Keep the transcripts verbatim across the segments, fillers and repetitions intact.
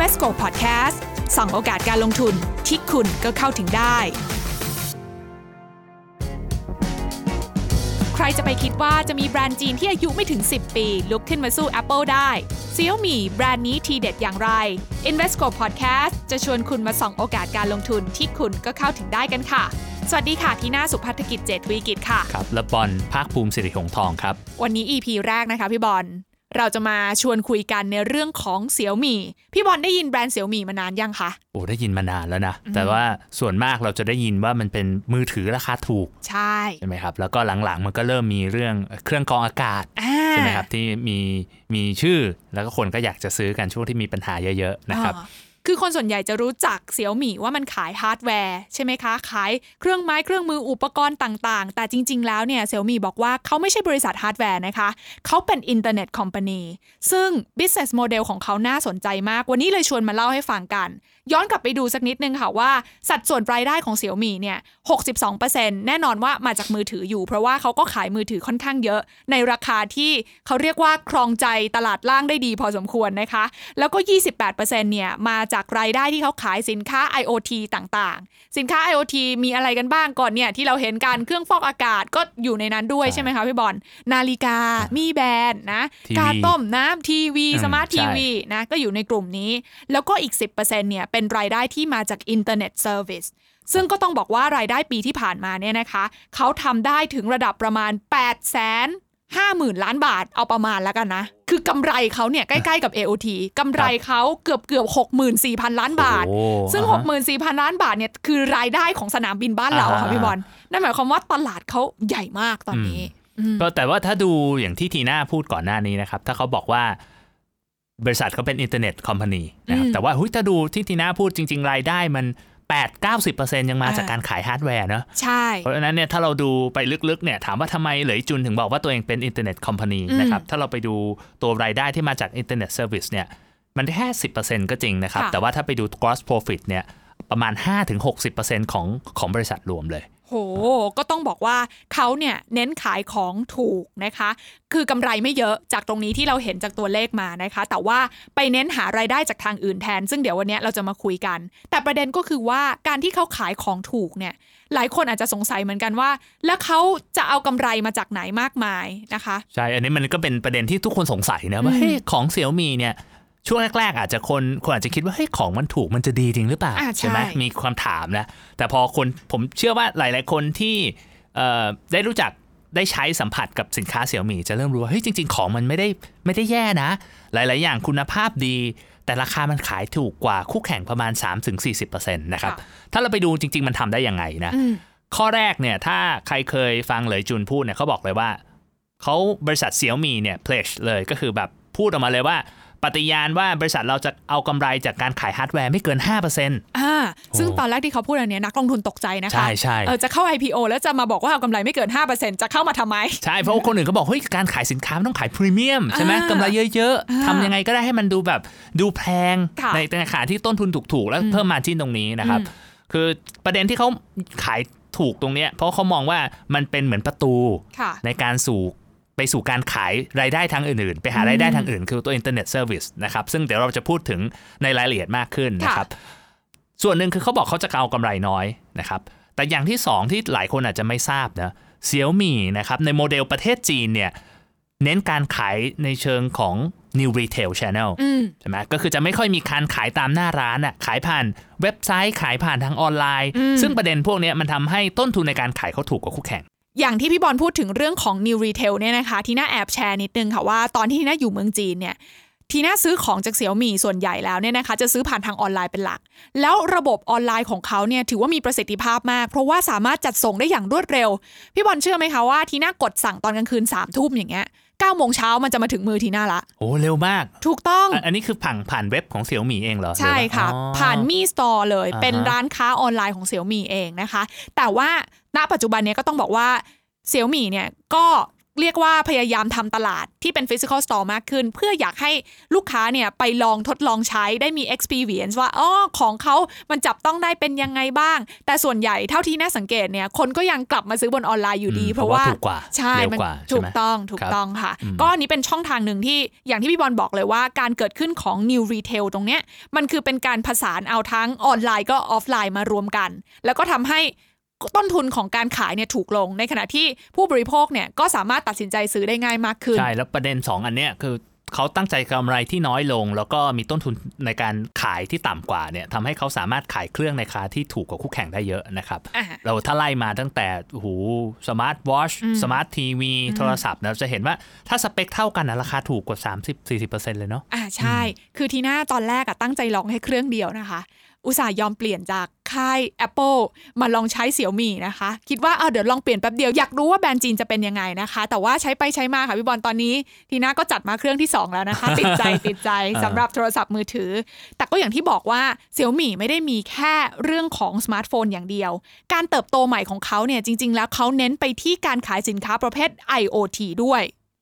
Invesco Podcast ส่องโอกาสการลงทุนที่คุณก็เข้าถึงได้ใครจะไปคิดว่าจะมีแบรนด์จีนที่อายุไม่ถึงสิบปีลุกขึ้นมาสู้ Apple ได้ Xiaomi แบรนด์นี้ทีเด็ดอย่างไร Invesco Podcast จะชวนคุณมาส่องโอกาสการลงทุนที่คุณก็เข้าถึงได้กันค่ะสวัสดีค่ะทีน่าสุภัทรกิจเจตวีกิจค่ะครับและบอลภาคภูมิสิริหงส์ทองครับวันนี้ อี พี แรกนะคะพี่บอลเราจะมาชวนคุยกันในเรื่องของ Xiaomi พี่บอลได้ยินแบรนด์ Xiaomi มานานยังคะโอ้ได้ยินมานานแล้วนะแต่ว่าส่วนมากเราจะได้ยินว่ามันเป็นมือถือราคาถูกใช่ใช่ไหมครับแล้วก็หลังๆมันก็เริ่มมีเรื่องเครื่องกรองอากาศใช่ไหมครับที่มีมีชื่อแล้วก็คนก็อยากจะซื้อกันช่วงที่มีปัญหาเยอะๆนะครับคือคนส่วนใหญ่จะรู้จัก Xiaomi ว่ามันขายฮาร์ดแวร์ใช่ไหมคะขายเครื่องไม้เครื่องมืออุปกรณ์ต่างๆแต่จริงๆแล้วเนี่ย Xiaomi บอกว่าเขาไม่ใช่บริษัทฮาร์ดแวร์นะคะเขาเป็นอินเทอร์เน็ตคอมพานีซึ่ง business model ของเขาน่าสนใจมากวันนี้เลยชวนมาเล่าให้ฟังกันย้อนกลับไปดูสักนิดนึงค่ะว่าสัดส่วนรายได้ของ Xiaomi เนี่ย หกสิบสองเปอร์เซ็นต์ แน่นอนว่ามาจากมือถืออยู่เพราะว่าเขาก็ขายมือถือค่อนข้างเยอะในราคาที่เขาเรียกว่าครองใจตลาดล่างได้ดีพอสมควรนะคะแล้วก็ ยี่สิบแปดเปอร์เซ็นต์ เนี่ยมาจากรายได้ที่เขาขายสินค้า IoT ต่างๆสินค้า IoT มีอะไรกันบ้างก่อนเนี่ยที่เราเห็นกันเครื่องฟอกอากาศก็อยู่ในนั้นด้วยใช่ไหมคะพี่บอลนาฬิกามีแบรนด์นะกาต้มน้ำทีวีสมาร์ททีวีนะก็อยู่ในกลุ่มนี้แล้วก็อีก สิบเปอร์เซ็นต์ เนี่ยเป็นรายได้ที่มาจากอินเทอร์เน็ตเซอร์วิสซึ่งก็ต้องบอกว่ารายได้ปีที่ผ่านมาเนี่ยนะคะเขาทำได้ถึงระดับประมาณ แปดแสนห้าหมื่น ล้านบาทเอาประมาณแล้วกันนะคือกำไรเขาเนี่ยใกล้ๆกับ เอ โอ ที กำไรเขาเกือบเกือบ หกหมื่นสี่พัน ล้านบาทซึ่ง หกหมื่นสี่พัน ล้านบาทเนี่ยคือรายได้ของสนามบินบ้านเราค่ะพี่บอลนั่นหมายความว่าตลาดเขาใหญ่มากตอนนี้ก็แต่ว่าถ้าดูอย่างที่ทีน่าพูดก่อนหน้านี้นะครับถ้าเขาบอกว่าบริษัทเขาเป็นอินเทอร์เน็ตคอมพานีนะครับแต่ว่าถ้าดูที่ทีน่าพูดจริงๆรายได้มัน แปดถึงเก้าสิบเปอร์เซ็นต์ ยังมาจากการขายฮาร์ดแวร์เนอะใช่เพราะฉะนั้นเนี่ยถ้าเราดูไปลึกๆเนี่ยถามว่าทำไมเหลยจุนถึงบอกว่าตัวเองเป็นอินเทอร์เน็ตคอมพานีนะครับถ้าเราไปดูตัวรายได้ที่มาจากอินเทอร์เน็ตเซอร์วิสเนี่ยมันแค่ สิบเปอร์เซ็นต์ ก็จริงนะครับแต่ว่าถ้าไปดู gross profit เนี่ยประมาณ ห้าถึงหกสิบเปอร์เซ็นต์ ของของบริษัทรวมเลยโหก็ต้องบอกว่าเขาเนี่ยเน้นขายของถูกนะคะคือกำไรไม่เยอะจากตรงนี้ที่เราเห็นจากตัวเลขมานะคะแต่ว่าไปเน้นหารายได้จากทางอื่นแทนซึ่งเดี๋ยววันนี้เราจะมาคุยกันแต่ประเด็นก็คือว่าการที่เขาขายของถูกเนี่ยหลายคนอาจจะสงสัยเหมือนกันว่าแล้วเขาจะเอากำไรมาจากไหนมากมายนะคะใช่อันนี้มันก็เป็นประเด็นที่ทุกคนสงสัยนะว่าเฮ้ยของ Xiaomi เนี่ยช่วงแรกๆอาจจะคนคนอาจจะคิดว่าเฮ้ยของมันถูกมันจะดีจริงหรือเปล่าใช่ไหมมีความถามนะแต่พอคนผมเชื่อว่าหลายๆคนที่ได้รู้จักได้ใช้สัมผัสกับสินค้า Xiaomi จะเริ่มรู้ว่าเฮ้ยจริงๆของมันไม่ได้ไม่ได้แย่นะหลายๆอย่างคุณภาพดีแต่ราคามันขายถูกกว่าคู่แข่งประมาณ สามถึงสี่สิบเปอร์เซ็นต์ นะครับถ้าเราไปดูจริงๆมันทำได้ยังไงนะข้อแรกเนี่ยถ้าใครเคยฟังเหลยจุนพูดเนี่ยเขาบอกเลยว่าเขาบริษัท Xiaomi เนี่ย pledge เลยก็คือแบบพูดออกมาเลยว่าปฏิญาณว่าบริษัทเราจะเอากำไรจากการขายฮาร์ดแวร์ไม่เกิน ห้าเปอร์เซ็นต์อ่าซึ่งตอนแรกที่เขาพูดอันนี้นักลงทุนตกใจนะคะใช่ใช่เออจะเข้า ไอ พี โอ แล้วจะมาบอกว่าเอากำไรไม่เกิน ห้าเปอร์เซ็นต์ จะเข้ามาทำไมใช่เพราะว่าคนอื่นเขาบอกเฮ้ยการขายสินค้ามันต้องขายพรีเมียมใช่ไหมกำไรเยอะๆทำยังไงก็ได้ให้มันดูแบบดูแพงในราคาที่ต้นทุนถูกๆแล้วเพิ่มมาจิ้นตรงนี้นะครับคือประเด็นที่เขาขายถูกตรงนี้เพราะเขามองว่ามันเป็นเหมือนประตูในการสู่ไปสู่การขายรายได้ทางอื่นๆไปหารายได้ทางอื่นคือตัวอินเทอร์เน็ตเซอร์วิสนะครับซึ่งเดี๋ยวเราจะพูดถึงในรายละเอียดมากขึ้นนะครับส่วนหนึ่งคือเขาบอกเขาจะเอากำไรน้อยนะครับแต่อย่างที่สองที่หลายคนอาจจะไม่ทราบนะ Xiaomi นะครับในโมเดลประเทศจีนเนี่ยเน้นการขายในเชิงของ New Retail Channel ใช่ไหมก็คือจะไม่ค่อยมีการขายตามหน้าร้านอ่ะขายผ่านเว็บไซต์ขายผ่านทางออนไลน์ซึ่งประเด็นพวกนี้มันทำให้ต้นทุนในการขายเขาถูกกว่าคู่แข่งอย่างที่พี่บอลพูดถึงเรื่องของ New Retail เนี่ยนะคะทีน่าแอบแชร์นิดนึงค่ะว่าตอนที่ทีน่าอยู่เมืองจีนเนี่ยทีน่าซื้อของจาก Xiaomi ส่วนใหญ่แล้วเนี่ยนะคะจะซื้อผ่านทางออนไลน์เป็นหลักแล้วระบบออนไลน์ของเขาเนี่ยถือว่ามีประสิทธิภาพมากเพราะว่าสามารถจัดส่งได้อย่างรวดเร็วพี่บอลเชื่อไหมคะว่าทีน่ากดสั่งตอนกลางคืนสามทุ่มอย่างเงี้ยเก้าโมงเช้ามันจะมาถึงมือทีน่าละโอ้เร็วมากถูกต้องอ, อันนี้คือผ่านผ่านเว็บของ Xiaomi เองเหรอใช่ค่ะผ่าน Mi Store เลยเป็นร้านค้าออนไลน์ของ Xiaomi เองนะคะแต่ว่าณปัจจุบันเนี้ยก็ต้องบอกว่าXiaomi เนี่ยก็เรียกว่าพยายามทำตลาดที่เป็น physical store มากขึ้นเพื่ออยากให้ลูกค้าเนี่ยไปลองทดลองใช้ได้มี experience ว่าอ๋อของเขามันจับต้องได้เป็นยังไงบ้างแต่ส่วนใหญ่เท่าที่น่าสังเกตเนี่ยคนก็ยังกลับมาซื้อบนออนไลน์อยู่ดีเพราะว่าถูกกว่าใช่มันถูกต้องถูกต้องค่ะก็อันนี้เป็นช่องทางหนึ่งที่อย่างที่พี่บอลบอกเลยว่าการเกิดขึ้นของ new retail ตรงเนี้ยมันคือเป็นการผสานเอาทั้งออนไลน์ก็ออฟไลน์มารวมกันแล้วก็ทำให้ต้นทุนของการขายเนี่ยถูกลงในขณะที่ผู้บริโภคเนี่ยก็สามารถตัดสินใจซื้อได้ง่ายมากขึ้นใช่แล้วประเด็นสองอันเนี้ยคือเขาตั้งใจกำไรที่น้อยลงแล้วก็มีต้นทุนในการขายที่ต่ำกว่าเนี่ยทำให้เขาสามารถขายเครื่องในราคาที่ถูกกว่าคู่แข่งได้เยอะนะครับเราถ้าไล่มาตั้งแต่หูสมาร์ทวอชสมาร์ททีวีโทรศัพท์เราจะเห็นว่าถ้าสเปคเท่ากันนะราคาถูกกว่า สามสิบถึงสี่สิบเปอร์เซ็นต์ เลยเนาะอ่าใช่คือทีน่าตอนแรกอะตั้งใจลองให้เครื่องเดียวนะคะอุตส่าห์ยอมเปลี่ยนจากค่าย Apple มาลองใช้ Xiaomi นะคะคิดว่าเอาเดี๋ยวลองเปลี่ยนแป๊บเดียวอยากรู้ว่าแบรนด์จีนจะเป็นยังไงนะคะแต่ว่าใช้ไปใช้มาค่ะพี่บอลตอนนี้ทีน่าก็จัดมาเครื่องที่สองแล้วนะคะ ติดใจติดใจสำหรับโทรศัพท์มือถือแต่ก็อย่างที่บอกว่า Xiaomi ไม่ได้มีแค่เรื่องของสมาร์ทโฟนอย่างเดียวการเติบโตใหม่ของเขาเนี่ยจริงๆแล้วเขาเน้นไปที่การขายสินค้าประเภท ไอ โอ ที ด้วย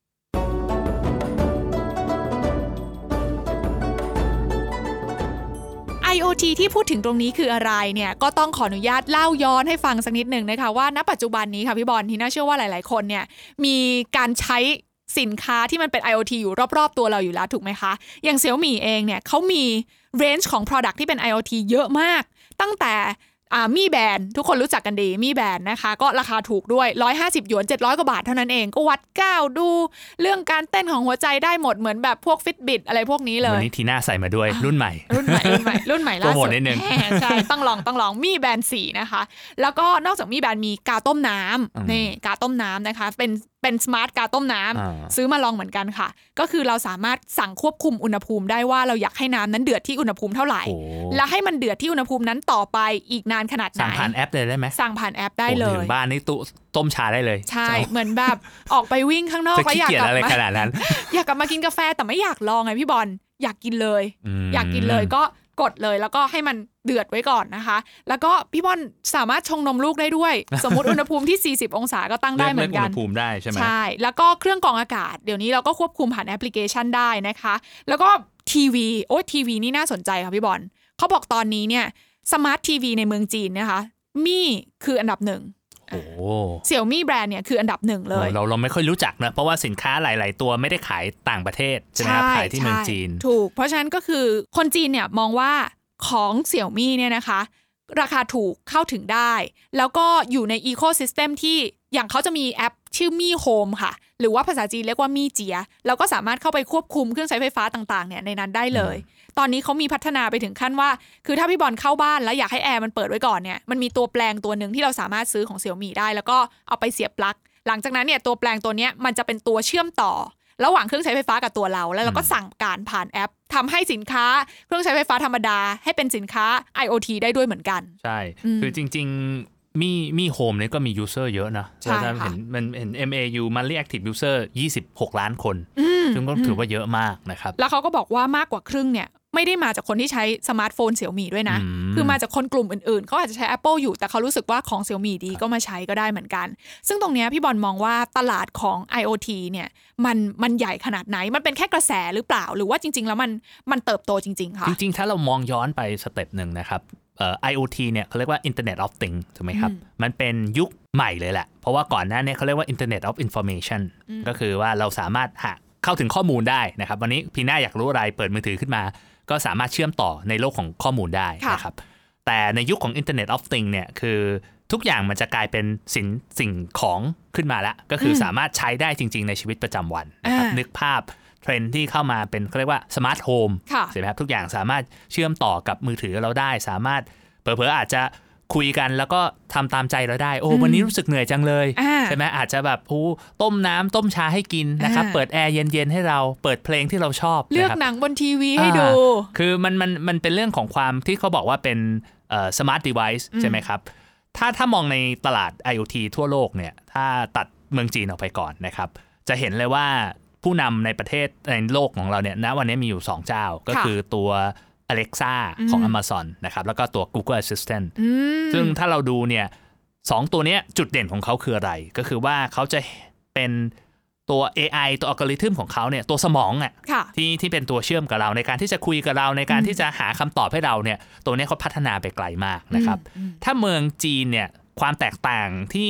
ไอ โอ ที ที่พูดถึงตรงนี้คืออะไรเนี่ยก็ต้องขออนุญาตเล่าย้อนให้ฟังสักนิดหนึ่งนะคะว่าณปัจจุบันนี้ค่ะพี่บอลที่น่าเชื่อว่าหลายๆคนเนี่ยมีการใช้สินค้าที่มันเป็น ไอ โอ ที อยู่รอบๆตัวเราอยู่แล้วถูกไหมคะอย่าง Xiaomi เองเนี่ยเขามีเรนจ์ของ product ที่เป็น ไอ โอ ที เยอะมากตั้งแต่อ่ามีแบนทุกคนรู้จักกันดีมีแบนนะคะก็ราคาถูกด้วยหนึ่งร้อยห้าสิบหยวนเจ็ดร้อยกว่าบาทเท่านั้นเองก็วัดก้าวดูเรื่องการเต้นของหัวใจได้หมดเหมือนแบบพวก Fitbit อะไรพวกนี้เลยวันนี้ทีน่าใส่มาด้วยรุ่นใหม่รุ่นใหม่รุ่นใหม่รุ่นใหม่ล่าสุดใช่ต้องลองต้องลองมีแบนสี่นะคะแล้วก็นอกจากมีแบนมีกาต้มน้ำนี่กาต้มน้ำนะคะเป็นเป็นสมาร์ทกาต้มน้ำซื้อมาลองเหมือนกันค่ะก็คือเราสามารถสั่งควบคุมอุณหภูมิได้ว่าเราอยากให้น้ำนั้นเดือดที่อุณหภูมิเท่าไหร่แล้วให้มันเดือดที่อุณหภูมินั้นต่อไปอีกนานขนาดไหนสั่งผ่านแอปเลยได้ไหมสั่งผ่านแอปได้เลยถึงบ้านนี่ตู้ต้มชาได้เลยใช่เหมือนแบบออกไปวิ่งข้างนอกแล้วอยากกลับมาอยากกลับมากินกาแฟแต่ไม่อยากลองไงพี่บอลอยากกินเลยอยากกินเลยก็กดเลยแล้วก็ให้มันเดือดไว้ก่อนนะคะแล้วก็พี่บอลสามารถชงนมลูกได้ด้วยสมมุติอุณหภูมิที่สี่สิบองศาก็ตั้งได้เหมือนกันอุณหภูมิได้ใช่ไหมใช่แล้วก็เครื่องกรองอากาศเดี๋ยวนี้เราก็ควบคุมผ่านแอปพลิเคชันได้นะคะแล้วก็ทีวีโอ้ทีวีนี่น่าสนใจค่ะพี่บอลเขาบอกตอนนี้เนี่ยสมาร์ททีวีในเมืองจีนนะคะมี่คืออันดับหนึ่งโอ้เสี่ยวมี่แบรนด์เนี่ยคืออันดับหนึ่งเลยเราเราไม่ค่อยรู้จักนะเพราะว่าสินค้าหลายๆตัวไม่ได้ขายต่างประเทศใช่ไหมครับขายที่เมืองจีนถูกเพราะฉะนั้นก็คือคนจีนเนี่ยมองว่าของเสี่ยวมี่เนี่ยนะคะราคาถูกเข้าถึงได้แล้วก็อยู่ในอีโคซิสเต็มที่อย่างเขาจะมีแอปชื่อมี่โฮมค่ะหรือว่าภาษาจีนเรียกว่ามี่เจียแล้วก็สามารถเข้าไปควบคุมเครื่องใช้ไฟฟ้าต่างๆเนี่ยในนั้นได้เลยตอนนี้เขามีพัฒนาไปถึงขั้นว่าคือถ้าพี่บอลเข้าบ้านแล้วอยากให้แอร์มันเปิดไว้ก่อนเนี่ยมันมีตัวแปลงตัวหนึ่งที่เราสามารถซื้อของ Xiaomi ได้แล้วก็เอาไปเสียบปลั๊กหลังจากนั้นเนี่ยตัวแปลงตัวนี้มันจะเป็นตัวเชื่อมต่อระหว่างเครื่องใช้ไฟฟ้ากับตัวเราแล้วเราก็สั่งการผ่านแอปทำให้สินค้าเครื่องใช้ไฟฟ้าธรรมดาให้เป็นสินค้า ไอ โอ ที ได้ด้วยเหมือนกันใช่คือจริงๆมีมีโฮมเนี่ยก็มียูเซอร์เยอะนะเราจะเห็นมันเห็น เอ็ม เอ ยู Monthly Active User ยี่สิบหกล้านคนซึ่งก็ถือว่าเยอะมากนะครับแล้วเขาก็บอกว่ามากกว่าครึ่งเนี่ยไม่ได้มาจากคนที่ใช้สมาร์ทโฟน Xiaomi ด้วยนะคือมาจากคนกลุ่มอื่นๆเขาอาจจะใช้ Apple อยู่แต่เขารู้สึกว่าของ Xiaomi ดีก็มาใช้ก็ได้เหมือนกันซึ่งตรงนี้พี่บอลมองว่าตลาดของ ไอ โอ ที เนี่ยมันมันใหญ่ขนาดไหนมันเป็นแค่กระแสหรือเปล่าหรือว่าจริงๆแล้วมันมันเติบโตจริงๆค่ะจริงๆถ้าเรามองย้อนไปสเต็ปหนึ่งนะครับเอ่อ ไอ โอ ที เนี่ยเขาเรียกว่า Internet of Things ถูกไหมครับมันเป็นยุคใหม่เลยแหละเพราะว่าก่อนหน้านี้เขาเรียกว่า Internet of Information ก็คือว่าเราสามารถหาเข้าถึงข้อมูลได้นะครับวันนี้พี่น่าอยากรู้อะไรเปิดมือถือขึ้นมาก็สามารถเชื่อมต่อในโลกของข้อมูลได้นะครับแต่ในยุคของ Internet of Things เนี่ยคือทุกอย่างมันจะกลายเป็นสิ่งสิ่งของขึ้นมาแล้วก็คือสามารถใช้ได้จริงๆในชีวิตประจำวันนะครับนึกภาพเทรนด์ที่เข้ามาเป็นเขาเรียกว่าสมาร์ทโฮมใช่ไหมครับทุกอย่างสามารถเชื่อมต่อกับมือถือเราได้สามารถเผลอๆอาจจะคุยกันแล้วก็ทำตามใจเราได้โอ้วันนี้รู้สึกเหนื่อยจังเลยใช่ไหมอาจจะแบบผู้ต้มน้ำต้มชาให้กินนะครับเปิดแอร์เย็นๆให้เราเปิดเพลงที่เราชอบเลือกหนังบนทีวีให้ดูคือมันมันมันเป็นเรื่องของความที่เขาบอกว่าเป็นเอ่อ smart device ใช่ไหมครับถ้าถ้ามองในตลาด ไอ โอ ที ทั่วโลกเนี่ยถ้าตัดเมืองจีนออกไปก่อนนะครับจะเห็นเลยว่าผู้นำในประเทศในโลกของเราเนี่ยณวันนี้มีอยู่สองเจ้าก็คือตัว Alexa ของ Amazon นะครับแล้วก็ตัว Google Assistant ซึ่งถ้าเราดูเนี่ยสองตัวนี้จุดเด่นของเขาคืออะไรก็คือว่าเขาจะเป็นตัว เอ ไอ ตัวอัลกอริทึมของเขาเนี่ยตัวสมองอ่ะที่ที่เป็นตัวเชื่อมกับเราในการที่จะคุยกับเราในการที่จะหาคำตอบให้เราเนี่ยตัวนี้เขาพัฒนาไปไกลมากนะครับถ้าเมืองจีนเนี่ยความแตกต่างที่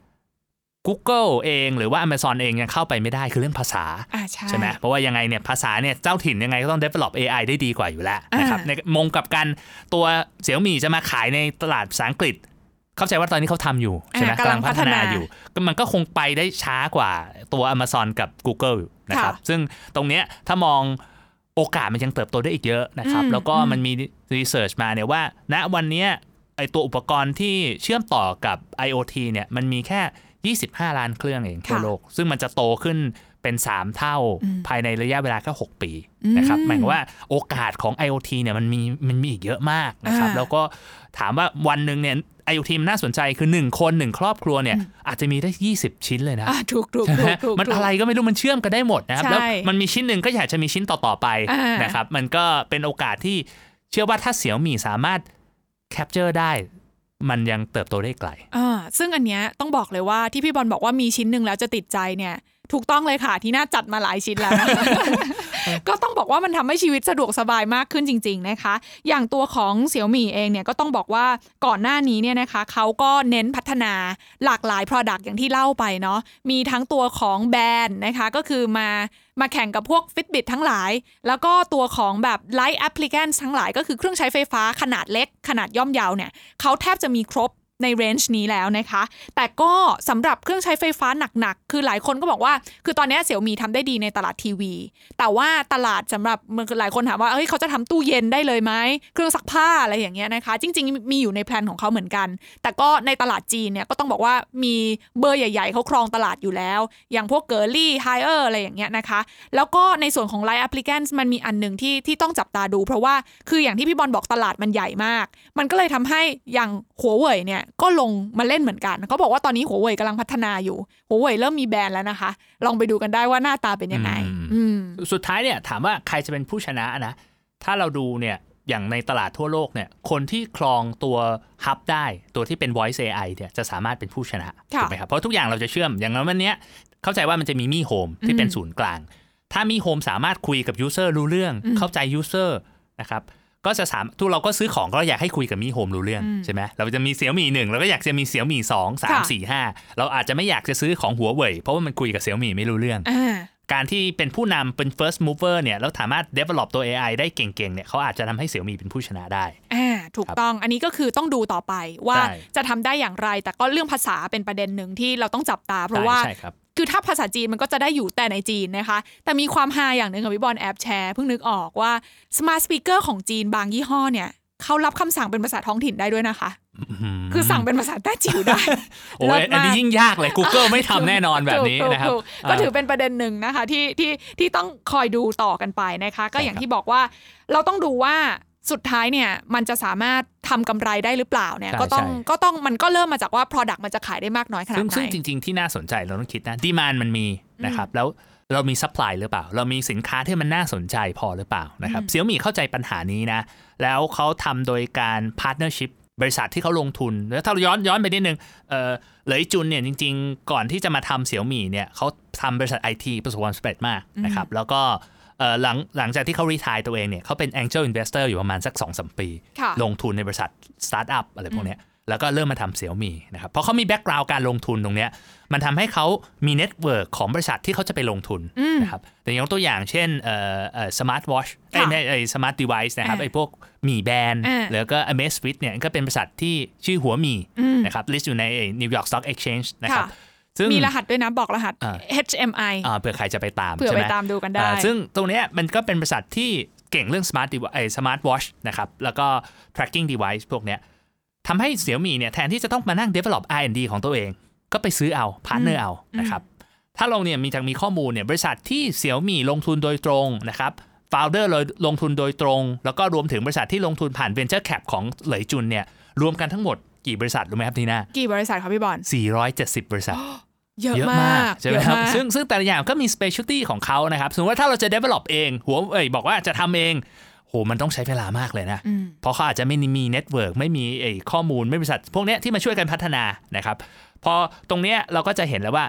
Google เองหรือว่า Amazon เองยังเข้าไปไม่ได้คือเรื่องภาษาใช่ไหมเพราะว่ายังไงเนี่ยภาษาเนี่ยเจ้าถิ่นยังไงก็ต้อง develop เอ ไอ ได้ดีกว่าอยู่แล้วนะครับในมงกับกันตัว Xiaomi จะมาขายในตลาดภาษาอังกฤษเข้าใจว่าตอนนี้เขาทำอยู่ใช่ไหมกำลังพัฒนาอยู่มันก็คงไปได้ช้ากว่าตัว Amazon กับ Google นะครับซึ่งตรงเนี้ยถ้ามองโอกาสมันยังเติบโตได้อีกเยอะนะครับแล้วก็มันมีรีเสิร์ชมาเนี่ยว่าณวันนี้ไอตัวอุปกรณ์ที่เชื่อมต่อกับ IoT เนี่ยมันมีแค่ยี่สิบห้าล้านเครื่องเองทั่วโลกซึ่งมันจะโตขึ้นเป็นสามเท่าภายในระยะเวลาแค่หกปีนะครับหมายความว่าโอกาสของ IoT เนี่ยมันมีมันมีอีกเยอะมากนะครับแล้วก็ถามว่าวันนึงเนี่ย IoT มันน่าสนใจคือหนึ่งคนหนึ่งครอบครัวเนี่ยอาจจะมีได้ยี่สิบชิ้นเลยนะถูกๆๆมันอะไรก็ไม่รู้มันเชื่อมกันได้หมดนะครับแล้วมันมีชิ้นนึงก็อยากจะมีชิ้นต่อๆไปนะครับมันก็เป็นโอกาสที่เชื่อว่าถ้า Xiaomi สามารถแคปเจอร์ได้มันยังเติบโตได้ไกลอ่าซึ่งอันเนี้ยต้องบอกเลยว่าที่พี่บอลบอกว่ามีชิ้นนึงแล้วจะติดใจเนี่ยถูกต้องเลยค่ะที่น่าจัดมาหลายชิ้นแล้วนะ ก็ต้องบอกว่ามันทำให้ชีวิตสะดวกสบายมากขึ้นจริงๆนะคะอย่างตัวของ Xiaomi เองเนี่ยก็ต้องบอกว่าก่อนหน้านี้เนี่ยนะคะเขาก็เน้นพัฒนาหลากหลาย product อย่างที่เล่าไปเนาะมีทั้งตัวของแบรนด์นะคะก็คือมามาแข่งกับพวก Fitbit ทั้งหลายแล้วก็ตัวของแบบ Light Appliance ทั้งหลายก็คือเครื่องใช้ไฟฟ้าขนาดเล็กขนาดย่อมเยาเนี่ยเขาแทบจะมีครบในเรนจ์นี้แล้วนะคะแต่ก็สำหรับเครื่องใช้ไฟฟ้าหนักๆคือหลายคนก็บอกว่าคือตอนนี้ Xiaomi ทำได้ดีในตลาดทีวีแต่ว่าตลาดสำหรับหลายคนถามว่าเฮ้ยเขาจะทำตู้เย็นได้เลยไหมเครื่องซักผ้าอะไรอย่างเงี้ยนะคะจริงๆมีอยู่ในแพลนของเขาเหมือนกันแต่ก็ในตลาดจีนเนี่ยก็ต้องบอกว่ามีเบอร์ใหญ่ๆเขาครองตลาดอยู่แล้วอย่างพวกเกอร์ลี่ไฮเออร์อะไรอย่างเงี้ยนะคะแล้วก็ในส่วนของ Light Applicants มันมีอันนึงที่ที่ต้องจับตาดูเพราะว่าคืออย่างที่พี่บอลบอกตลาดมันใหญ่มากมันก็เลยทำให้อย่างหัวเว่ยเนี่ยก็ลงมาเล่นเหมือนกันเขาบอกว่าตอนนี้หัวเว่ยกำลังพัฒนาอยู่หัวเว่ยเริ่มมีแบรนด์แล้วนะคะลองไปดูกันได้ว่าหน้าตาเป็นยังไงสุดท้ายเนี่ยถามว่าใครจะเป็นผู้ชนะนะถ้าเราดูเนี่ยอย่างในตลาดทั่วโลกเนี่ยคนที่ครองตัวฮับได้ตัวที่เป็น Voice เอ ไอ เนี่ยจะสามารถเป็นผู้ชนะถูกไหมครับเพราะทุกอย่างเราจะเชื่อมอย่างนั้นวันนี้เข้าใจว่ามันจะมีมี่โฮมที่เป็นศูนย์กลางถ้ามี่โฮมสามารถคุยกับยูเซอร์รู้เรื่องเข้าใจยูเซอร์นะครับก็จะสามทุกเราก็ซื้อของก็อยากให้คุยกับมี่โฮมรู้เรื่องใช่ไหมเราจะมีเสี่ยวมี่หนึ่งเราก็อยากจะมีเสี่ยวมี่สองสามสี่ห้าเราอาจจะไม่อยากจะซื้อของหัวเว่ยเพราะว่ามันคุยกับเสี่ยวมี่ไม่รู้เรื่องการที่เป็นผู้นำเป็น first mover เนี่ยแล้วสามารถ develop ตัว เอ ไอ ได้เก่งๆเนี่ยเขาอาจจะทำให้เสี่ยวมี่เป็นผู้ชนะได้อ่าถูกต้องอันนี้ก็คือต้องดูต่อไปว่าจะทำได้อย่างไรแต่ก็เรื่องภาษาเป็นประเด็นหนึ่งที่เราต้องจับตาเพราะว่าคือถ้าภาษาจีนมันก็จะได้อยู่แต่ในจีนนะคะแต่มีความฮาอย่างหนึ่งค่ะพี่บอลแอบแชร์เพิ่งนึกออกว่า smart speaker ของจีนบางยี่ห้อเนี่ยเขารับคำสั่งเป็นภาษาท้องถิ่นได้ด้วยนะคะคือสั่งเป็นภาษาแต้จิ๋วได้โอ้ยอันนี้ยิ่งยากเลย Google ไม่ทำแน่นอนแบบนี้นะครับก็ถือเป็นประเด็นหนึ่งนะคะที่ที่ที่ต้องคอยดูต่อกันไปนะคะก็อย่างที่บอกว่าเราต้องดูว่าสุดท้ายเนี่ยมันจะสามารถทำกำไรได้หรือเปล่าเนี่ยก็ต้องก็ต้องมันก็เริ่มมาจากว่า product มันจะขายได้มากน้อยขนาดไหนซึ่งจริงๆที่น่าสนใจเราต้องคิดนะ demand มันมีนะครับแล้วเรามี supply หรือเปล่าเรามีสินค้าที่มันน่าสนใจพอหรือเปล่านะครับ Xiaomi เข้าใจปัญหานี้นะแล้วเขาทำโดยการ partnership บริษัทที่เขาลงทุนแล้วถ้าเราย้อนย้อนไปนิดนึงเอ่อเหลยจุนเนี่ยจริงๆก่อนที่จะมาทำ Xiaomi เนี่ยเขาทำบริษัท ไอ ที ประสบความสำเร็จมากนะครับแล้วก็หลังหลังจากที่เขารีไทร์ตัวเองเนี่ยเขาเป็น Angel Investor อยู่ประมาณสัก สองถึงสาม ปีลงทุนในบริษัทสตาร์ทอัพอะไรพวกนี้แล้วก็เริ่มมาทำ Xiaomi นะครับเพราะเขามีแบ็กกราวด์การลงทุนตรงเนี้ยมันทำให้เขามีเน็ตเวิร์กของบริษัทที่เขาจะไปลงทุนนะครับแต่ยกตัวอย่างเช่นเอ่อเอ่อสมาร์ทวอชไอ้ไอ้สมาร์ทดีไวซ์นะครับไอ้พวกหมี่แบนด์แล้วก็ Amazfit เนี่ยก็เป็นบริษัทที่ชื่อหัวหมี่นะครับลิสต์อยู่ใน New York Stock Exchange นะครับมีรหัสด้วยนะบอกรหัส เอช เอ็ม ไออ่าเผื่อใครจะไปตามเผื่อไปตามดูกันได้ซึ่งตรงนี้มันก็เป็นบริษัทที่เก่งเรื่อง smart device ไอ้ smart watch นะครับแล้วก็ tracking device พวกเนี้ยทำให้ Xiaomi เนี่ยแทนที่จะต้องมานั่ง develop อาร์ แอนด์ ดี ของตัวเองก็ไปซื้อเอา partner เอานะครับถ้าลงเนี่ยมีทางมีข้อมูลเนี่ยบริษัทที่ Xiaomi ลงทุนโดยตรงนะครับ founder เลยลงทุนโดยตรงแล้วก็รวมถึงบริษัทที่ลงทุนผ่าน venture cap ของเหลยจุนเนี่ยรวมกันทั้งหมดกี่บริษัทรู้ไหมครับทีน่ากี่บริษัทครับพี่บอลสี่ร้อยเจ็ดสิบบริษัทเยอะมากใช่ไหมครับซึ่งซึ่งแต่ละอย่างก็มี specialty ของเขานะครับสมมติว่าถ้าเราจะ develop เองหัวเอ่ยบอกว่าจะทำเองโหมันต้องใช้เวลามากเลยนะเพราะเขาอาจจะไม่มี network ไม่มีไอ้ข้อมูลไม่บริษัทพวกเนี้ยที่มาช่วยกันพัฒนานะครับพอตรงเนี้ยเราก็จะเห็นแล้วว่า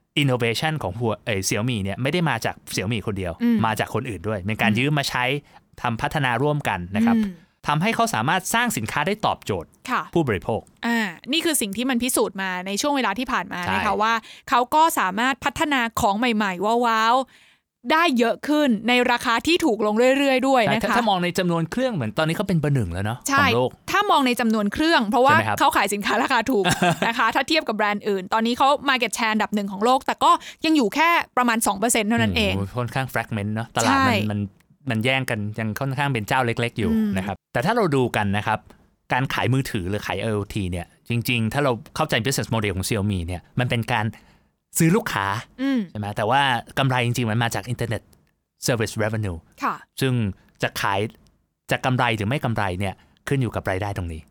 innovation ของหัวเอ่ย Xiaomi เนี่ยไม่ได้มาจาก Xiaomi คนเดียวมาจากคนอื่นด้วยเป็นการยืมมาใช้ทำพัฒนาร่วมกันนะครับทำให้เขาสามารถสร้างสินค้าได้ตอบโจทย์ผู้บริโภคอ่านี่คือสิ่งที่มันพิสูจน์มาในช่วงเวลาที่ผ่านมานะคะว่าเขาก็สามารถพัฒนาของใหม่ๆว้าวๆได้เยอะขึ้นในราคาที่ถูกลงเรื่อยๆด้วยนะคะถ้ามองในจำนวนเครื่องเหมือนตอนนี้เขาเป็นเบอร์หนึ่งแล้วเนาะของโลกถ้ามองในจำนวนเครื่องเพราะว่าเขาขายสินค้าราคาถูก นะคะถ้าเทียบกับแบรนด์อื่นตอนนี้เขา market share อันดับหนึ่งของโลกแต่ก็ยังอยู่แค่ประมาณ สองเปอร์เซ็นต์ เท่านั้นเองค่อนข้าง fragment เนาะตลาดมันมันมันแย่งกันยังค่อนข้างเป็นเจ้าเล็กๆอยู่นะครับแต่ถ้าเราดูกันนะครับการขายมือถือหรือขาย IoT เนี่ยจริงๆถ้าเราเข้าใจ business model ของ Xiaomi เนี่ยมันเป็นการซื้อลูกค้าใช่ไหมแต่ว่ากำไรจริงๆมันมาจาก Internet Service Revenue ซึ่งจะขายจะกำไรหรือไม่กำไรเนี่ยขึ้นอยู่กับรายได้ตรงนี้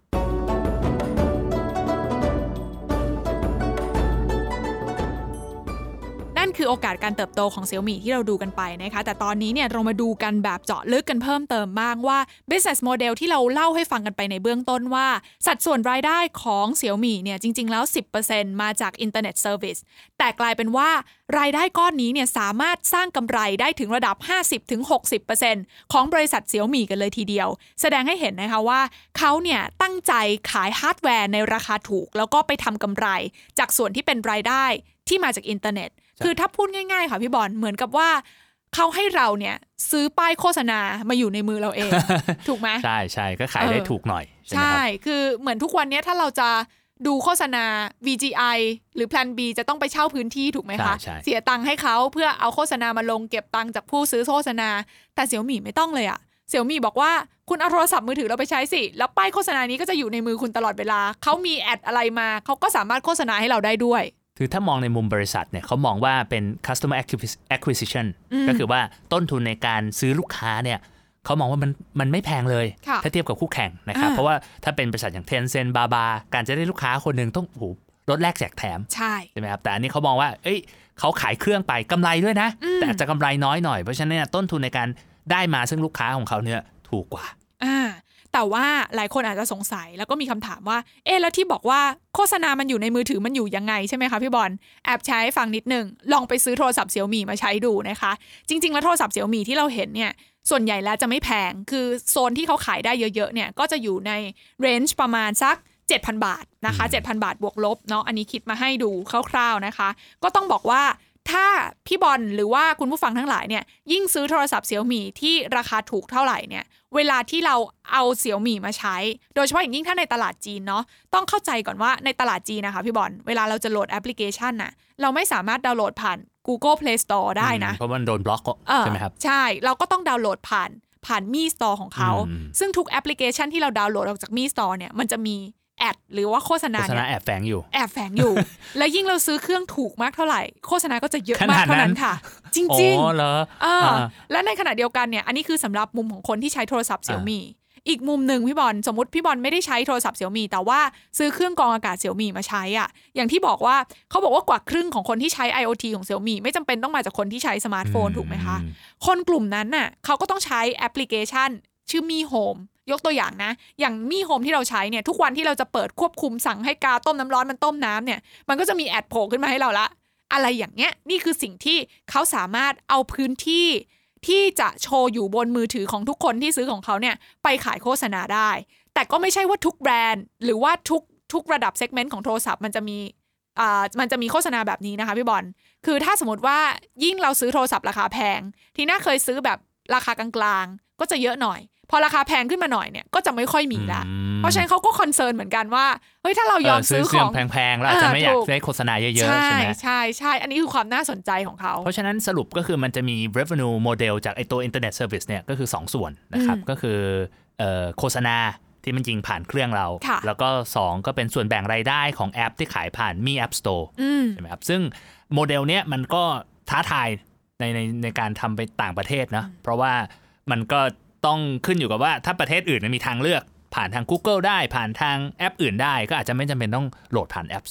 นั่นคือโอกาสการเติบโตของ Xiaomi ที่เราดูกันไปนะคะแต่ตอนนี้เนี่ยเรามาดูกันแบบเจาะลึกกันเพิ่มเติมบ้างว่า business model ที่เราเล่าให้ฟังกันไปในเบื้องต้นว่าสัดส่วนรายได้ของ Xiaomi เนี่ยจริงๆแล้ว สิบเปอร์เซ็นต์ มาจาก Internet Service แต่กลายเป็นว่ารายได้ก้อนนี้เนี่ยสามารถสร้างกำไรได้ถึงระดับ ห้าสิบถึงหกสิบเปอร์เซ็นต์ ของบริษัท Xiaomi กันเลยทีเดียวแสดงให้เห็นนะคะว่าเขาเนี่ยตั้งใจขายฮาร์ดแวร์ในราคาถูกแล้วก็ไปทำกำไรจากส่วนที่เป็นรายได้ที่มาจากอินเทอร์เน็ตคือถ้าพูดง่ายๆค่ะพี่บอลเหมือนกับว่าเขาให้เราเนี่ยซื้อป้ายโฆษณามาอยู่ในมือเราเอง ถูกไหมใช่ใช่ก็ขายได้ถูกหน่อยใช่คือเหมือนทุกวันนี้ถ้าเราจะดูโฆษณา วี จี ไอ หรือ Plan B จะต้องไปเช่าพื้นที่ถูกไหมคะเสียตังค์ให้เขาเพื่อเอาโฆษณามาลงเก็บตังค์จากผู้ซื้อโฆษณาแต่ Xiaomi ไม่ต้องเลยอะ Xiaomi บอกว่าคุณเอาโทรศัพท์มือถือเราไปใช้สิแล้วป้ายโฆษณานี้ก็จะอยู่ในมือคุณตลอดเวลาเขามีแอดอะไรมาเขาก็สามารถโฆษณาให้เราได้ด้วยคือถ้ามองในมุมบริษัทเนี่ยเขามองว่าเป็น customer acquisition ก็คือว่าต้นทุนในการซื้อลูกค้าเนี่ยเขามองว่ามันมันไม่แพงเลยถ้าเทียบกับคู่แข่งนะครับเพราะว่าถ้าเป็นบริษัทอย่าง Tencent Baba การจะได้ลูกค้าคนหนึ่งต้องโอ้โหลดแลกแจกแถมใช่ใช่ไหมครับแต่อันนี้เขามองว่าเอ้ยเขาขายเครื่องไปกำไรด้วยนะแต่อาจจะกำไรน้อยหน่อยเพราะฉะนั้นต้นทุนในการได้มาซึ่งลูกค้าของเขาเนี่ยถูกกว่าอ่าแต่ว่าหลายคนอาจจะสงสัยแล้วก็มีคำถามว่าเอ๊ะแล้วที่บอกว่าโฆษณามันอยู่ในมือถือมันอยู่ยังไงใช่ไหมคะพี่บอลแอบใช้ฟังนิดนึงลองไปซื้อโทรศัพท์ Xiaomi มาใช้ดูนะคะจริงๆแล้วโทรศัพท์ Xiaomi ที่เราเห็นเนี่ยส่วนใหญ่แล้วจะไม่แพงคือโซนที่เขาขายได้เยอะๆเนี่ยก็จะอยู่ในเรนจ์ประมาณสัก เจ็ดพัน บาทนะคะ เจ็ดพัน บาทบวกลบเนาะอันนี้คิดมาให้ดูคร่าวๆนะคะก็ต้องบอกว่าถ้าพี่บอลหรือว่าคุณผู้ฟังทั้งหลายเนี่ยยิ่งซื้อโทรศัพท์ Xiaomi ที่ราคาถูกเท่าไหร่เนี่ยเวลาที่เราเอา Xiaomi มาใช้โดยเฉพาะอย่างยิ่งถ้าในตลาดจีนเนาะต้องเข้าใจก่อนว่าในตลาดจีนนะคะพี่บอลเวลาเราจะโหลดแอปพลิเคชันน่ะเราไม่สามารถดาวน์โหลดผ่าน Google Play Store ได้นะเพราะมันโดนบล็อกใช่ไหมครับใช่เราก็ต้องดาวน์โหลดผ่านผ่าน Mi Store ของเขาซึ่งทุกแอปพลิเคชันที่เราดาวน์โหลดออกจาก Mi Store เนี่ยมันจะมีแอดหรือว่าโฆษณาเนี่ยโฆษณาแอบแฝงอยู่แอบแฝงอยู่ และยิ่งเราซื้อเครื่องถูกมากเท่าไหร่โฆษณาก็จะเยอะมากเท่านั้นค่ะจริงๆอ๋อเหรอและในขณะเดียวกันเนี่ยอันนี้คือสำหรับมุมของคนที่ใช้โทรศัพท์ Xiaomi อีกมุมหนึ่งพี่บอลสมมติพี่บอลไม่ได้ใช้โทรศัพท์ Xiaomi แต่ว่าซื้อเครื่องกรองอากาศ Xiaomi มาใช้อ่ะอย่างที่บอกว่าเขาบอกว่ากว่าครึ่งของคนที่ใช้ IoT ของ Xiaomi ไม่จำเป็นต้องมาจากคนที่ใช้สมาร์ทโฟนถูกไหมคะคนกลุ่มนั้นน่ะเขาก็ต้องใช้แอปพลิเคชันชื่อ Mi Home ยกตัวอย่างนะอย่างMi Homeที่เราใช้เนี่ยทุกวันที่เราจะเปิดควบคุมสั่งให้กาต้มน้ำร้อนมันต้มน้ำเนี่ยมันก็จะมีแอดโผล่ขึ้นมาให้เราละอะไรอย่างเงี้ยนี่คือสิ่งที่เขาสามารถเอาพื้นที่ที่จะโชว์อยู่บนมือถือของทุกคนที่ซื้อของเขาเนี่ยไปขายโฆษณาได้แต่ก็ไม่ใช่ว่าทุกแบรนด์หรือว่าทุกทุกระดับเซกเมนต์ของโทรศัพท์มันจะมีอ่ามันจะมีโฆษณาแบบนี้นะคะพี่บอลคือถ้าสมมติว่ายิ่งเราซื้อโทรศัพท์ราคาแพงที่น่าเคยซื้อแบบราคากลางๆก็จะเยอะหน่อยพอราคาแพงขึ้นมาหน่อยเนี่ยก็จะไม่ค่อยมีละเพราะฉะนั้นเขาก็คอนเซิร์นเหมือนกันว่าเฮ้ยถ้าเรายอมซื้อของแพงๆแล้วอาจจะไม่อยากได้โฆษณาเยอะๆใช่ไหมใช่ใช่อันนี้คือความน่าสนใจของเขาเพราะฉะนั้นสรุปก็คือมันจะมี revenue model จากไอตัว internet service เนี่ยก็คือสองส่วนนะครับก็คือโฆษณาที่มันยิงผ่านเครื่องเราแล้วก็สองก็เป็นส่วนแบ่งรายได้ของแอปที่ขายผ่าน Mi App Store ใช่ไหมครับซึ่งโมเดลเนี้ยมันก็ท้าทายในในในการทำไปต่างประเทศนะเพราะว่ามันก็ต้องขึ้นอยู่กับว่าถ้าประเทศอื่นมีทางเลือกผ่านทาง Google ได้ผ่านทางแอปอื่นได้ก็อาจจะไม่จำเป็นต้องโหลดผ่าน App Store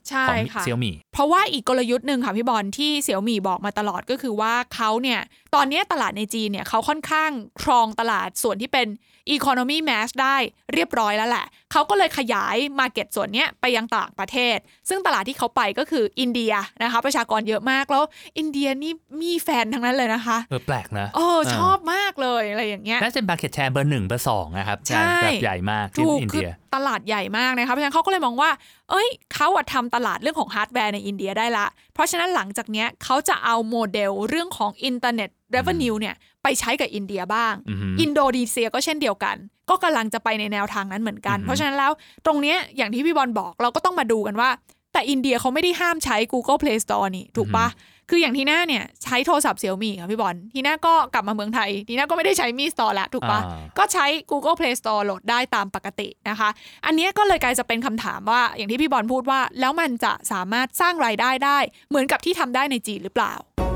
ของเซี่ยมี่เพราะว่าอีกกลยุทธ์นึงค่ะพี่บอลที่เซี่ยมี่บอกมาตลอดก็คือว่าเขาเนี่ยตอนนี้ตลาดในจีนเนี่ยเขาค่อนข้างครองตลาดส่วนที่เป็น economy mass ได้เรียบร้อยแล้วแหละเขาก็เลยขยาย market ส่วนนี้ไปยังต่างประเทศซึ่งตลาดที่เขาไปก็คืออินเดียนะคะประชากรเยอะมากแล้วอินเดียนี่มีแฟนทั้งนั้นเลยนะคะเออแปลกนะเออชอบมากเลยอะไรอย่างเงี้ยน่าจะเป็น market share เบอร์หนึ่งเบอร์สองนะครับใช่แบบใหญ่มากที่อินเดียตลาดใหญ่มากนะคะเพราะฉะนั้นเขาก็เลยมองว่าเอ้ยเขาอะทำตลาดเรื่องของฮาร์ดแวร์ในอินเดียได้ละเพราะฉะนั้นหลังจากเนี้ยเขาจะเอาโมเดลเรื่องของอินเทอร์เน็ต revenue เนี่ยไปใช้กับอินเดียบ้างอินโดนีเซียก็เช่นเดียวกันก็กำลังจะไปในแนวทางนั้นเหมือนกันเพราะฉะนั้นแล้วตรงเนี้ยอย่างที่พี่บอลบอกเราก็ต้องมาดูกันว่าแต่อินเดียเขาไม่ได้ห้ามใช้ Google Play Store นี่ถูกปะคืออย่างทีน่าเนี่ยใช้โทรศัพท์ Xiaomi ค่ะพี่บอลทีน่าก็กลับมาเมืองไทยทีน่าก็ไม่ได้ใช้ Mi Store แล้วถูกปะก็ใช้ Google Play Store โหลดได้ตามปกตินะคะอันนี้ก็เลยกลายจะเป็นคำถามว่าอย่างที่พี่บอลพูดว่าแล้วมันจะสามารถสร้างรายได้ได้เหมือนกับที่ทำได้ในจีนหรือเปล่า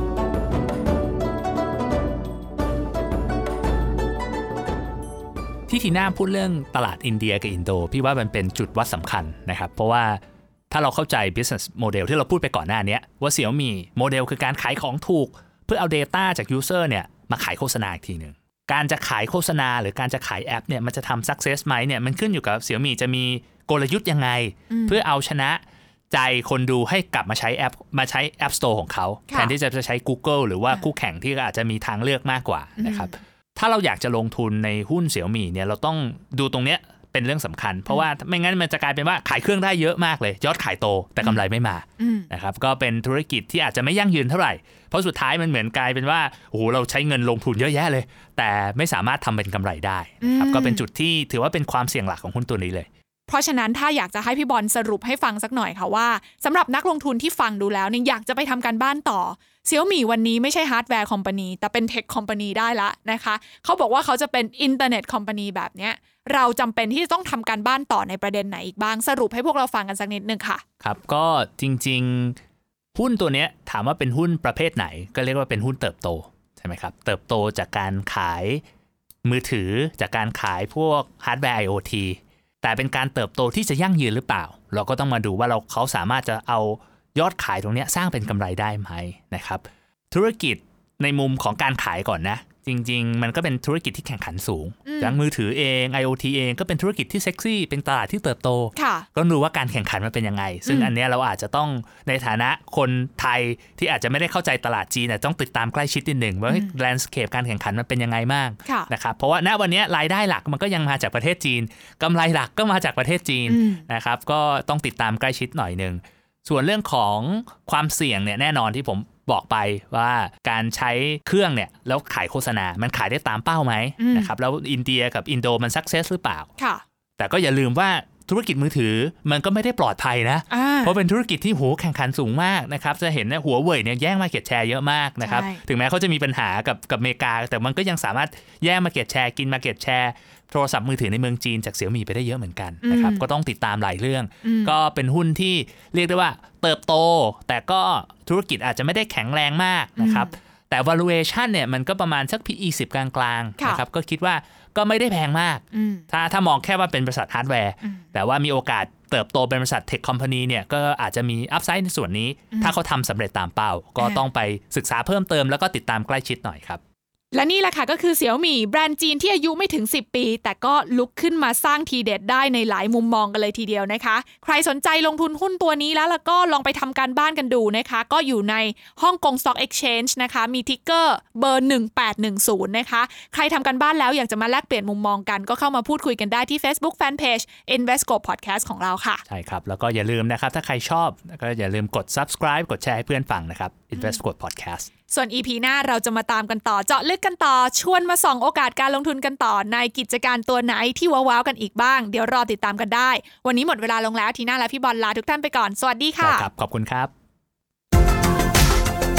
ที่ทีน่าพูดเรื่องตลาดอินเดียกับอินโดพี่ว่ามันเป็นจุดวัดสำคัญนะครับเพราะว่าถ้าเราเข้าใจ business model ที่เราพูดไปก่อนหน้านี้ว่า Xiaomi โมเดลคือการขายของถูกเพื่อเอา data จาก user เนี่ยมาขายโฆษณาอีกทีนึงการจะขายโฆษณาหรือการจะขายแอปเนี่ยมันจะทำ success ไหมเนี่ยมันขึ้นอยู่กับ Xiaomi จะมีกลยุทธ์ยังไงเพื่อเอาชนะใจคนดูให้กลับมาใช้แอปมาใช้ App Store ของเขาแทนที่จะใช้ Google หรือว่าคู่แข่งที่อาจจะมีทางเลือกมากกว่านะครับถ้าเราอยากจะลงทุนในหุ้น Xiaomi เนี่ยเราต้องดูตรงเนี้ยเป็นเรื่องสำคัญเพราะว่าไม่งั้นมันจะกลายเป็นว่าขายเครื่องได้เยอะมากเลยยอดขายโตแต่กำไรไม่มานะครับก็เป็นธุรกิจที่อาจจะไม่ยั่งยืนเท่าไหร่เพราะสุดท้ายมันเหมือนกลายเป็นว่าโอ้โหเราใช้เงินลงทุนเยอะแยะเลยแต่ไม่สามารถทำเป็นกำไรได้นะครับก็เป็นจุดที่ถือว่าเป็นความเสี่ยงหลักของหุ้นตัวนี้เลยเพราะฉะนั้นถ้าอยากจะให้พี่บอลสรุปให้ฟังสักหน่อยค่ะว่าสำหรับนักลงทุนที่ฟังดูแล้วเนี่ยอยากจะไปทำการบ้านต่อ Xiaomi วันนี้ไม่ใช่ฮาร์ดแวร์คอมพานีแต่เป็นเทคคอมพานีได้ละนะคะเขาบอกว่าเขาจะเป็นอินเทอร์เน็ตคอมพานีแบบเนี้ยเราจำเป็นที่จะต้องทำการบ้านต่อในประเด็นไหนอีกบ้างสรุปให้พวกเราฟังกันสักนิดนึงค่ะครับก็จริงๆหุ้นตัวนี้ถามว่าเป็นหุ้นประเภทไหนก็เรียกว่าเป็นหุ้นเติบโตใช่ไหมครับเติบโตจากการขายมือถือจากการขายพวกฮาร์ดแวร์ ไอ โอ ที แต่เป็นการเติบโตที่จะยั่งยืนหรือเปล่าเราก็ต้องมาดูว่าเราเขาสามารถจะเอายอดขายตรงนี้สร้างเป็นกำไรได้ไหมนะครับธุรกิจในมุมของการขายก่อนนะจริงๆมันก็เป็นธุรกิจที่แข่งขันสูงอย่างมือถือเอง ไอ โอ ที เองก็เป็นธุรกิจที่เซ็กซี่เป็นตลาดที่เติบโตก็ดูว่าการแข่งขันมันเป็นยังไงซึ่งอันนี้เราอาจจะต้องในฐานะคนไทยที่อาจจะไม่ได้เข้าใจตลาดจีนแต่ต้องติดตามใกล้ชิดนิดหนึ่งว่าแลนด์สเคปการแข่งขันมันเป็นยังไงมากนะครับเพราะว่าณวันนี้รายได้หลักมันก็ยังมาจากประเทศจีนกำไรหลักก็มาจากประเทศจีนนะครับก็ต้องติดตามใกล้ชิดหน่อยนึงส่วนเรื่องของความเสี่ยงเนี่ยแน่นอนที่ผมบอกไปว่าการใช้เครื่องเนี่ยแล้วขายโฆษณามันขายได้ตามเป้าไหมนะครับแล้วอินเดียกับอินโดมันซักเซสหรือเปล่าแต่ก็อย่าลืมว่าธุรกิจมือถือมันก็ไม่ได้ปลอดภัยนะเพราะเป็นธุรกิจที่โหแข่งขันสูงมากนะครับจะเห็นนะหัวเว่ยเนี่ยแย่งมาร์เก็ตแชร์เยอะมากนะครับถึงแม้เขาจะมีปัญหากับกับอเมริกาแต่มันก็ยังสามารถแย่งมาร์เก็ตแชร์กินมาร์เก็ตแชร์โทรศัพท์มือถือในเมืองจีนจาก Xiaomi ไปได้เยอะเหมือนกันนะครับก็ต้องติดตามหลายเรื่องก็เป็นหุ้นที่เรียกได้ว่าเติบโตแต่ก็ธุรกิจอาจจะไม่ได้แข็งแรงมากนะครับแต่ valuation เนี่ยมันก็ประมาณสัก พี อี สิบกลางๆนะครับก็คิดว่าก็ไม่ได้แพงมากถ้าถ้ามองแค่ว่าเป็นบริษัทฮาร์ดแวร์แต่ว่ามีโอกาสเติบโตเป็นบริษัทเทคคอมพานีเนี่ยก็อาจจะมีอัพไซด์ในส่วนนี้ถ้าเขาทำสำเร็จตามเป้าก็ต้องไปศึกษาเพิ่มเติมแล้วก็ติดตามใกล้ชิดหน่อยครับและนี่แหละค่ะก็คือ Xiaomi แบรนด์จีนที่อายุไม่ถึงสิบปีแต่ก็ลุกขึ้นมาสร้างทีเด็ดได้ในหลายมุมมองกันเลยทีเดียวนะคะใครสนใจลงทุนหุ้นตัวนี้แล้วแล้วก็ลองไปทำการบ้านกันดูนะคะก็อยู่ในฮ่องกง Stock Exchange นะคะมีทิกเกอร์เบอร์หนึ่งแปดหนึ่งศูนย์นะคะใครทำการบ้านแล้วอยากจะมาแลกเปลี่ยนมุมมองกันก็เข้ามาพูดคุยกันได้ที่ Facebook Fanpage Invesco Podcast ของเราค่ะใช่ครับแล้วก็อย่าลืมนะครับถ้าใครชอบก็อย่าลืมกด Subscribe กดแชร์ให้เพื่อนฟังนะครับ Invesco Podcast ส่วน อี พี หน้าเราจะมาตามกันต่อเจาะลึกกันต่อชวนมาส่องโอกาสการลงทุนกันต่อในกิจการตัวไหนที่ว้าวๆกันอีกบ้างเดี๋ยวรอติดตามกันได้วันนี้หมดเวลาลงแล้วทีน่าและพี่บอลลาทุกท่านไปก่อนสวัสดีค่ะครับขอบคุณครับ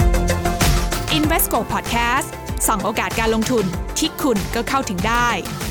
Invesco Podcast ส่องโอกาสการลงทุนที่คุณก็เข้าถึงได้